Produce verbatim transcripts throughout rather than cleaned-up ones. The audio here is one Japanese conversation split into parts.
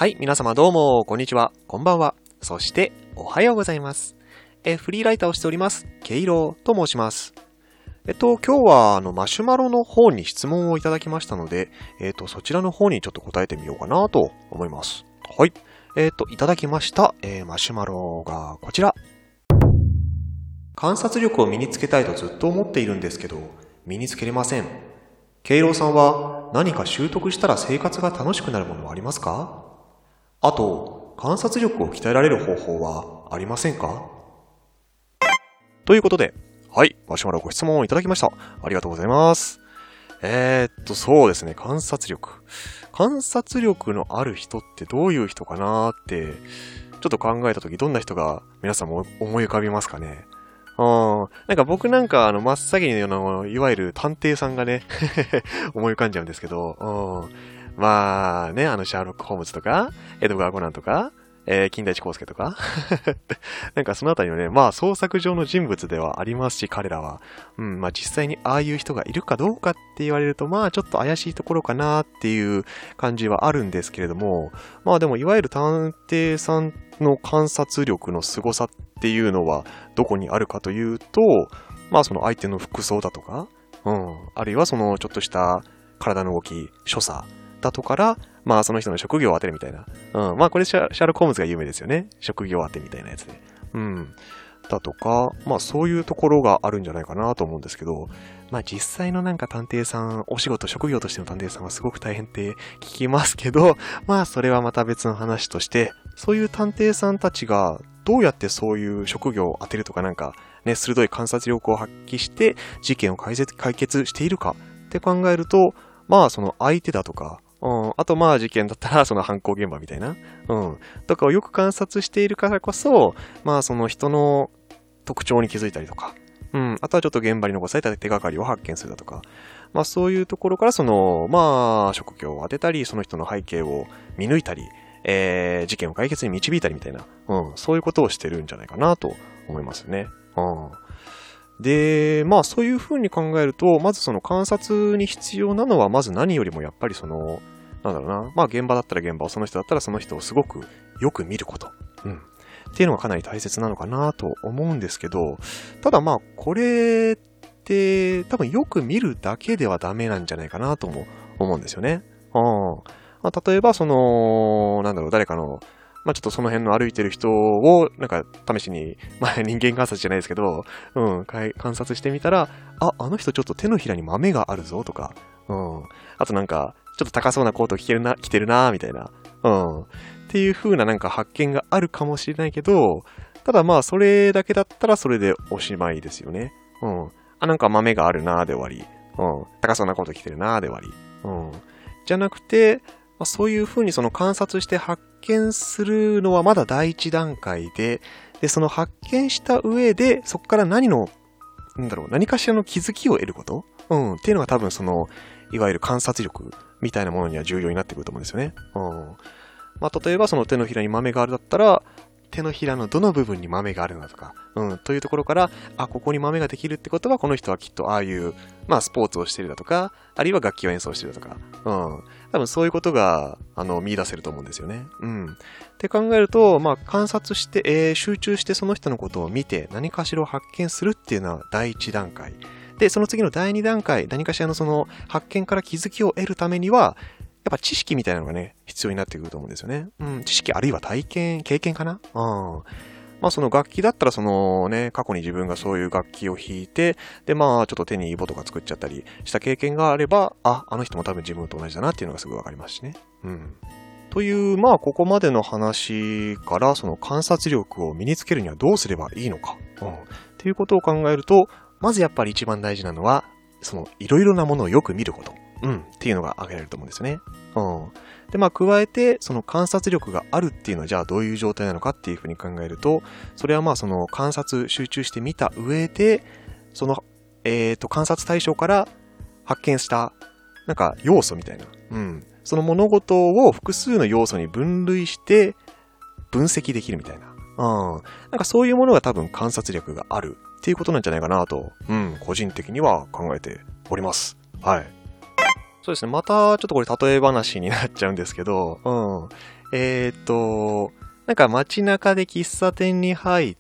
はい、皆様どうも、こんにちは、こんばんは、そしておはようございます。え、フリーライターをしております、ケイロウと申します。えっと、今日はあのマシュマロの方に質問をいただきましたので、えっと、そちらの方にちょっと答えてみようかなと思います。はい。えっと、いただきました、えー、マシュマロがこちら。観察力を身につけたいとずっと思っているんですけど、身につけれません。ケイロウさんは何か習得したら生活が楽しくなるものはありますか？あと、観察力を鍛えられる方法はありませんか？ということで、はい、マシュマロご質問をいただきました。ありがとうございます。えー、っと、そうですね、観察力。観察力のある人ってどういう人かなーって、ちょっと考えたときどんな人が皆さんも思い浮かびますかね？うん。なんか僕なんかあの真っ先にあのいわゆる探偵さんがね思い浮かんじゃうんですけど、うん。まあね、あのシャーロック・ホームズとか、エドガー・コナンとか、えー、金田一耕助とかなんかそのあたりのね、まあ創作上の人物ではありますし、彼らは。うん、まあ実際にああいう人がいるかどうかって言われると、まあちょっと怪しいところかなっていう感じはあるんですけれども、まあでもいわゆる探偵さんの観察力の凄さっていうのはどこにあるかというと、まあその相手の服装だとか、うん、あるいはそのちょっとした体の動き、所作だとから、まあその人の職業を当てるみたいな。うん。まあこれシャーロック・ホームズが有名ですよね。職業当てみたいなやつで。うん。だとか、まあそういうところがあるんじゃないかなと思うんですけど、まあ実際のなんか探偵さん、お仕事、職業としての探偵さんはすごく大変って聞きますけど、まあそれはまた別の話として、そういう探偵さんたちがどうやってそういう職業を当てるとかなんか、ね、鋭い観察力を発揮して事件を解決しているかって考えると、まあその相手だとか、うん。あとまあ事件だったらその犯行現場みたいな。うん。とかをよく観察しているからこそ、まあその人の特徴に気づいたりとか。うん。あとはちょっと現場に残された手がかりを発見するだとか。まあそういうところからその、まあ職業を当てたり、その人の背景を見抜いたり、えー、事件を解決に導いたりみたいな。うん。そういうことをしてるんじゃないかなと思いますね。うん。で、まあそういう風に考えると、まずその観察に必要なのは、まず何よりもやっぱりその、なんだろうな。まあ現場だったら現場を、その人だったらその人をすごくよく見ること。うん。っていうのがかなり大切なのかなと思うんですけど、ただまあこれって多分よく見るだけではダメなんじゃないかなとも思うんですよね。うん。まあ、例えばその、なんだろう、誰かの、まあちょっとその辺の歩いてる人を、なんか試しに、まあ人間観察じゃないですけど、うん、観察してみたら、あ、あの人ちょっと手のひらに豆があるぞとか、うん。あとなんか、ちょっと高そうなコート着てるな、着てるな、みたいな。うん。っていう風ななんか発見があるかもしれないけど、ただまあそれだけだったらそれでおしまいですよね。うん。あ、なんか豆があるな、で終わり。うん。高そうなコート着てるな、で終わり。うん。じゃなくて、まあ、そういう風にその観察して発見するのはまだ第一段階で、で、その発見した上で、そこから何の、なんだろう、何かしらの気づきを得ること、うん、っていうのが多分その、いわゆる観察力みたいなものには重要になってくると思うんですよね。うん。まあ、例えばその手のひらに豆があるだったら、手のひらのどの部分に豆があるのとか、うん、というところから、あ、ここに豆ができるってことは、この人はきっとああいう、まあ、スポーツをしているだとか、あるいは楽器を演奏しているだとか、うん。多分そういうことが、あの、見出せると思うんですよね。うん。って考えると、まあ、観察して、えー、集中してその人のことを見て、何かしらを発見するっていうのは第一段階。で、その次の第二段階、何かしらのその発見から気づきを得るためには、やっぱ知識みたいなのがね、必要になってくると思うんですよね。うん、知識あるいは体験、経験かな？うん。まあその楽器だったらそのね、過去に自分がそういう楽器を弾いて、でまあちょっと手にイボとか作っちゃったりした経験があれば、あ、あの人も多分自分と同じだなっていうのがすぐわかりますしね。うん。という、まあここまでの話からその観察力を身につけるにはどうすればいいのか。うん。っていうことを考えると、まずやっぱり一番大事なのは、そのいろいろなものをよく見ること。うん。っていうのが挙げられると思うんですよね。うん。で、まあ、加えて、その観察力があるっていうのは、じゃあどういう状態なのかっていうふうに考えると、それはまあ、その観察、集中してみた上で、その、えっと、観察対象から発見した、なんか要素みたいな。うん。その物事を複数の要素に分類して、分析できるみたいな。うん。なんかそういうものが多分観察力があるっていうことなんじゃないかなと、うん、個人的には考えております。はい。そうですね。また、ちょっとこれ例え話になっちゃうんですけど、うん。 えーっと、なんか街中で喫茶店に入って、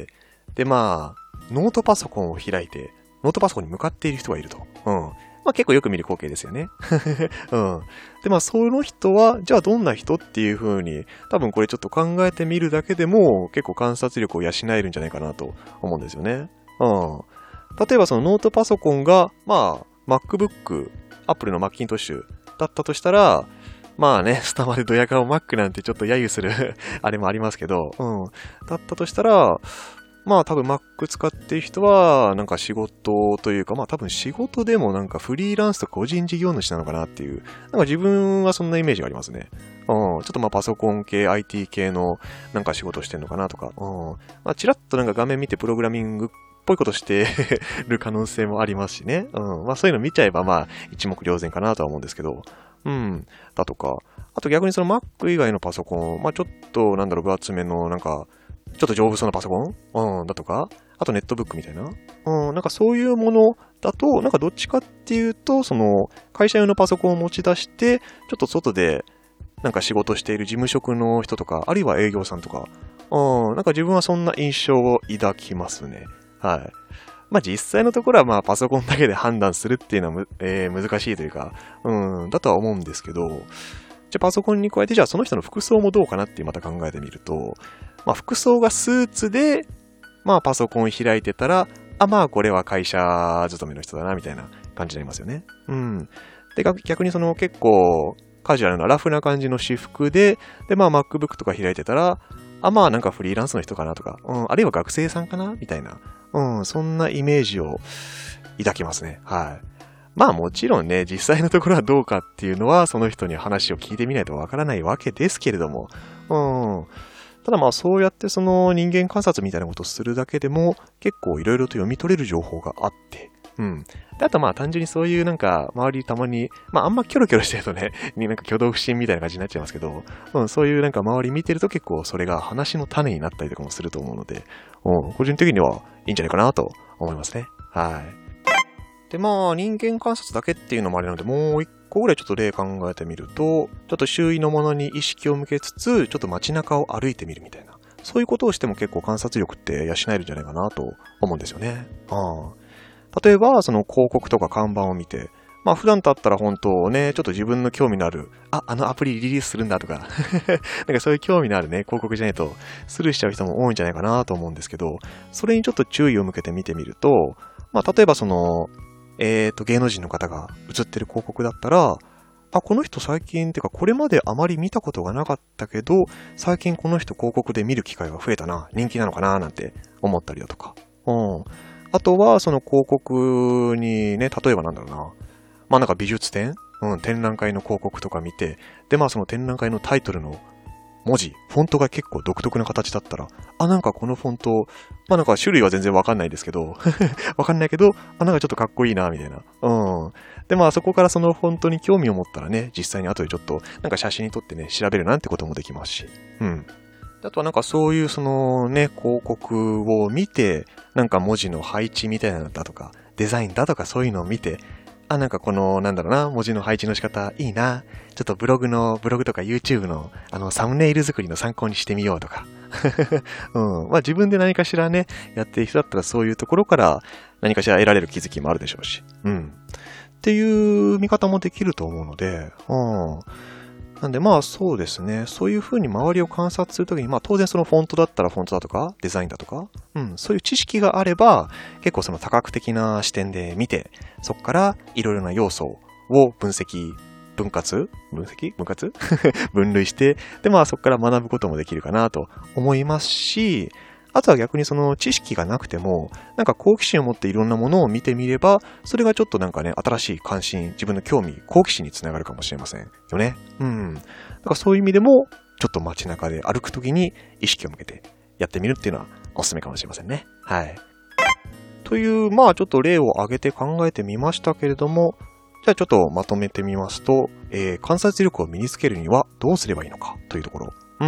で、まあ、ノートパソコンを開いて、ノートパソコンに向かっている人がいると。うん。まあ結構よく見る光景ですよね。うん。で、まあその人は、じゃあどんな人っていう風に、多分これちょっと考えてみるだけでも、結構観察力を養えるんじゃないかなと思うんですよね。うん。例えばそのノートパソコンが、まあ、MacBook、Apple のマッキントッシュだったとしたら、まあね、スタバでドヤ顔 Mac なんてちょっと揶揄するあれもありますけど、うん。だったとしたら、まあ多分 Mac 使ってる人は、なんか仕事というか、まあ多分仕事でもなんかフリーランスとか個人事業主なのかなっていう、なんか自分はそんなイメージがありますね。うん。ちょっとまあパソコン系、アイティー 系のなんか仕事してんのかなとか、うん。まあちらっとなんか画面見てプログラミングっぽいことしてる可能性もありますしね。うん。まあそういうの見ちゃえばまあ一目瞭然かなとは思うんですけど、うん。だとか、あと逆にその Mac 以外のパソコン、まあちょっとなんだろう分厚めのなんか、ちょっと丈夫そうなパソコンうん、だとか、あとネットブックみたいな。うん、なんかそういうものだと、なんかどっちかっていうと、その、会社用のパソコンを持ち出して、ちょっと外で、なんか仕事している事務職の人とか、あるいは営業さんとか、うん、なんか自分はそんな印象を抱きますね。はい。まあ実際のところはまあパソコンだけで判断するっていうのはむ、えー、難しいというか、うん、だとは思うんですけど、じゃあパソコンに加えて、じゃあその人の服装もどうかなってまた考えてみると、まあ服装がスーツで、まあパソコン開いてたら、あ、まあこれは会社勤めの人だな、みたいな感じになりますよね。うん。で、逆にその結構カジュアルなラフな感じの私服で、で、まあ MacBook とか開いてたら、あ、まあなんかフリーランスの人かなとか、うん、あるいは学生さんかなみたいな、うん、そんなイメージを抱きますね。はい。まあもちろんね、実際のところはどうかっていうのは、その人に話を聞いてみないとわからないわけですけれども、うん。ただまあそうやってその人間観察みたいなことをするだけでも結構いろいろと読み取れる情報があって、うん。で、あとまあ単純にそういうなんか周りたまに、まああんまキョロキョロしてるとね、なんか挙動不審みたいな感じになっちゃいますけど、うん、そういうなんか周り見てると結構それが話の種になったりとかもすると思うので、うん、個人的にはいいんじゃないかなと思いますね。はい。でまあ人間観察だけっていうのもあれなので、もう一個ぐらいちょっと例考えてみると、ちょっと周囲のものに意識を向けつつ、ちょっと街中を歩いてみるみたいな。そういうことをしても結構観察力って養えるんじゃないかなと思うんですよね。あ例えば、その広告とか看板を見て、まあ普段だったら本当ね、ちょっと自分の興味のある、あ、あのアプリリリースするんだとか、なんかそういう興味のあるね、広告じゃないとスルーしちゃう人も多いんじゃないかなと思うんですけど、それにちょっと注意を向けて見てみると、まあ例えばその、えっと、芸能人の方が映ってる広告だったら、あ、この人最近、ってかこれまであまり見たことがなかったけど、最近この人広告で見る機会が増えたな、人気なのかな、なんて思ったりだとか。うん。あとは、その広告にね、例えばなんだろうな。まあなんか美術展うん、展覧会の広告とか見て、でまあその展覧会のタイトルの文字、フォントが結構独特な形だったら、あ、なんかこのフォント、まあなんか種類は全然わかんないですけど、わかんないけど、あ、なんかちょっとかっこいいな、みたいな。うん。でまあそこからそのフォントに興味を持ったらね、実際に後でちょっと、なんか写真に撮ってね、調べるなんてこともできますし。うん。あとはなんかそういうそのね、広告を見て、なんか文字の配置みたいなのだとか、デザインだとかそういうのを見て、あ、なんかこの、なんだろうな、文字の配置の仕方いいな。ちょっとブログの、ブログとか YouTube の、あの、サムネイル作りの参考にしてみようとか。うん。まあ自分で何かしらね、やってる人だったらそういうところから何かしら得られる気づきもあるでしょうし。うん。っていう見方もできると思うので、うん。なんでまあそうですね。そういう風に周りを観察するときに、まあ当然そのフォントだったらフォントだとか、デザインだとか、うん、そういう知識があれば、結構その多角的な視点で見て、そこからいろいろな要素を分析、分割分析分割分類して、でまあそこから学ぶこともできるかなと思いますし、あとは逆にその知識がなくても、なんか好奇心を持っていろんなものを見てみれば、それがちょっとなんかね、新しい関心、自分の興味、好奇心につながるかもしれませんよね。うん。だからそういう意味でも、ちょっと街中で歩くときに意識を向けてやってみるっていうのはおすすめかもしれませんね。はい。という、まあちょっと例を挙げて考えてみましたけれども、じゃあちょっとまとめてみますと、えー、観察力を身につけるにはどうすればいいのかというところ。うん、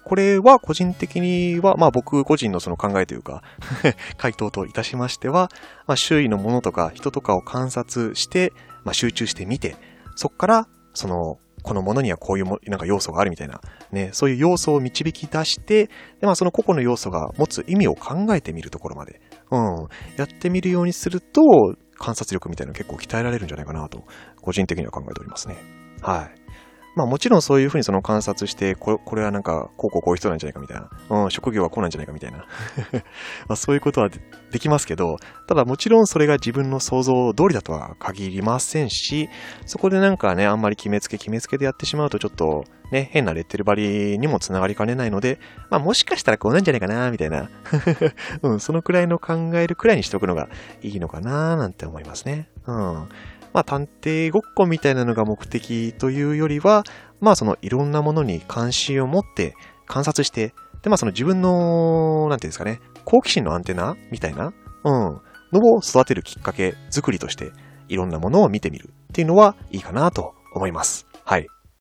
これは個人的には、まあ僕個人のその考えというか、回答といたしましては、まあ周囲のものとか人とかを観察して、まあ集中してみて、そこからそのこのものにはこういうもなんか要素があるみたいな、ね、そういう要素を導き出して、で、まあその個々の要素が持つ意味を考えてみるところまで、うん、やってみるようにすると、観察力みたいなの結構鍛えられるんじゃないかなと、個人的には考えておりますね。はい。まあもちろんそういうふうにその観察して、これ、これはなんか、こうこうこういう人なんじゃないかみたいな。うん、職業はこうなんじゃないかみたいな。まあそういうことは で, できますけど、ただもちろんそれが自分の想像通りだとは限りませんし、そこでなんかね、あんまり決めつけ決めつけでやってしまうとちょっとね、変なレッテル張りにもつながりかねないので、まあもしかしたらこうなんじゃないかなみたいな。うん、そのくらいの考えるくらいにしておくのがいいのかななんて思いますね。うん。まあ探偵ごっこみたいなのが目的というよりは、まあそのいろんなものに関心を持って観察して、でまあその自分の、なんていうんですかね、好奇心のアンテナみたいな、うん、のを育てるきっかけ作りとして、いろんなものを見てみるっていうのはいいかなと思います。はい。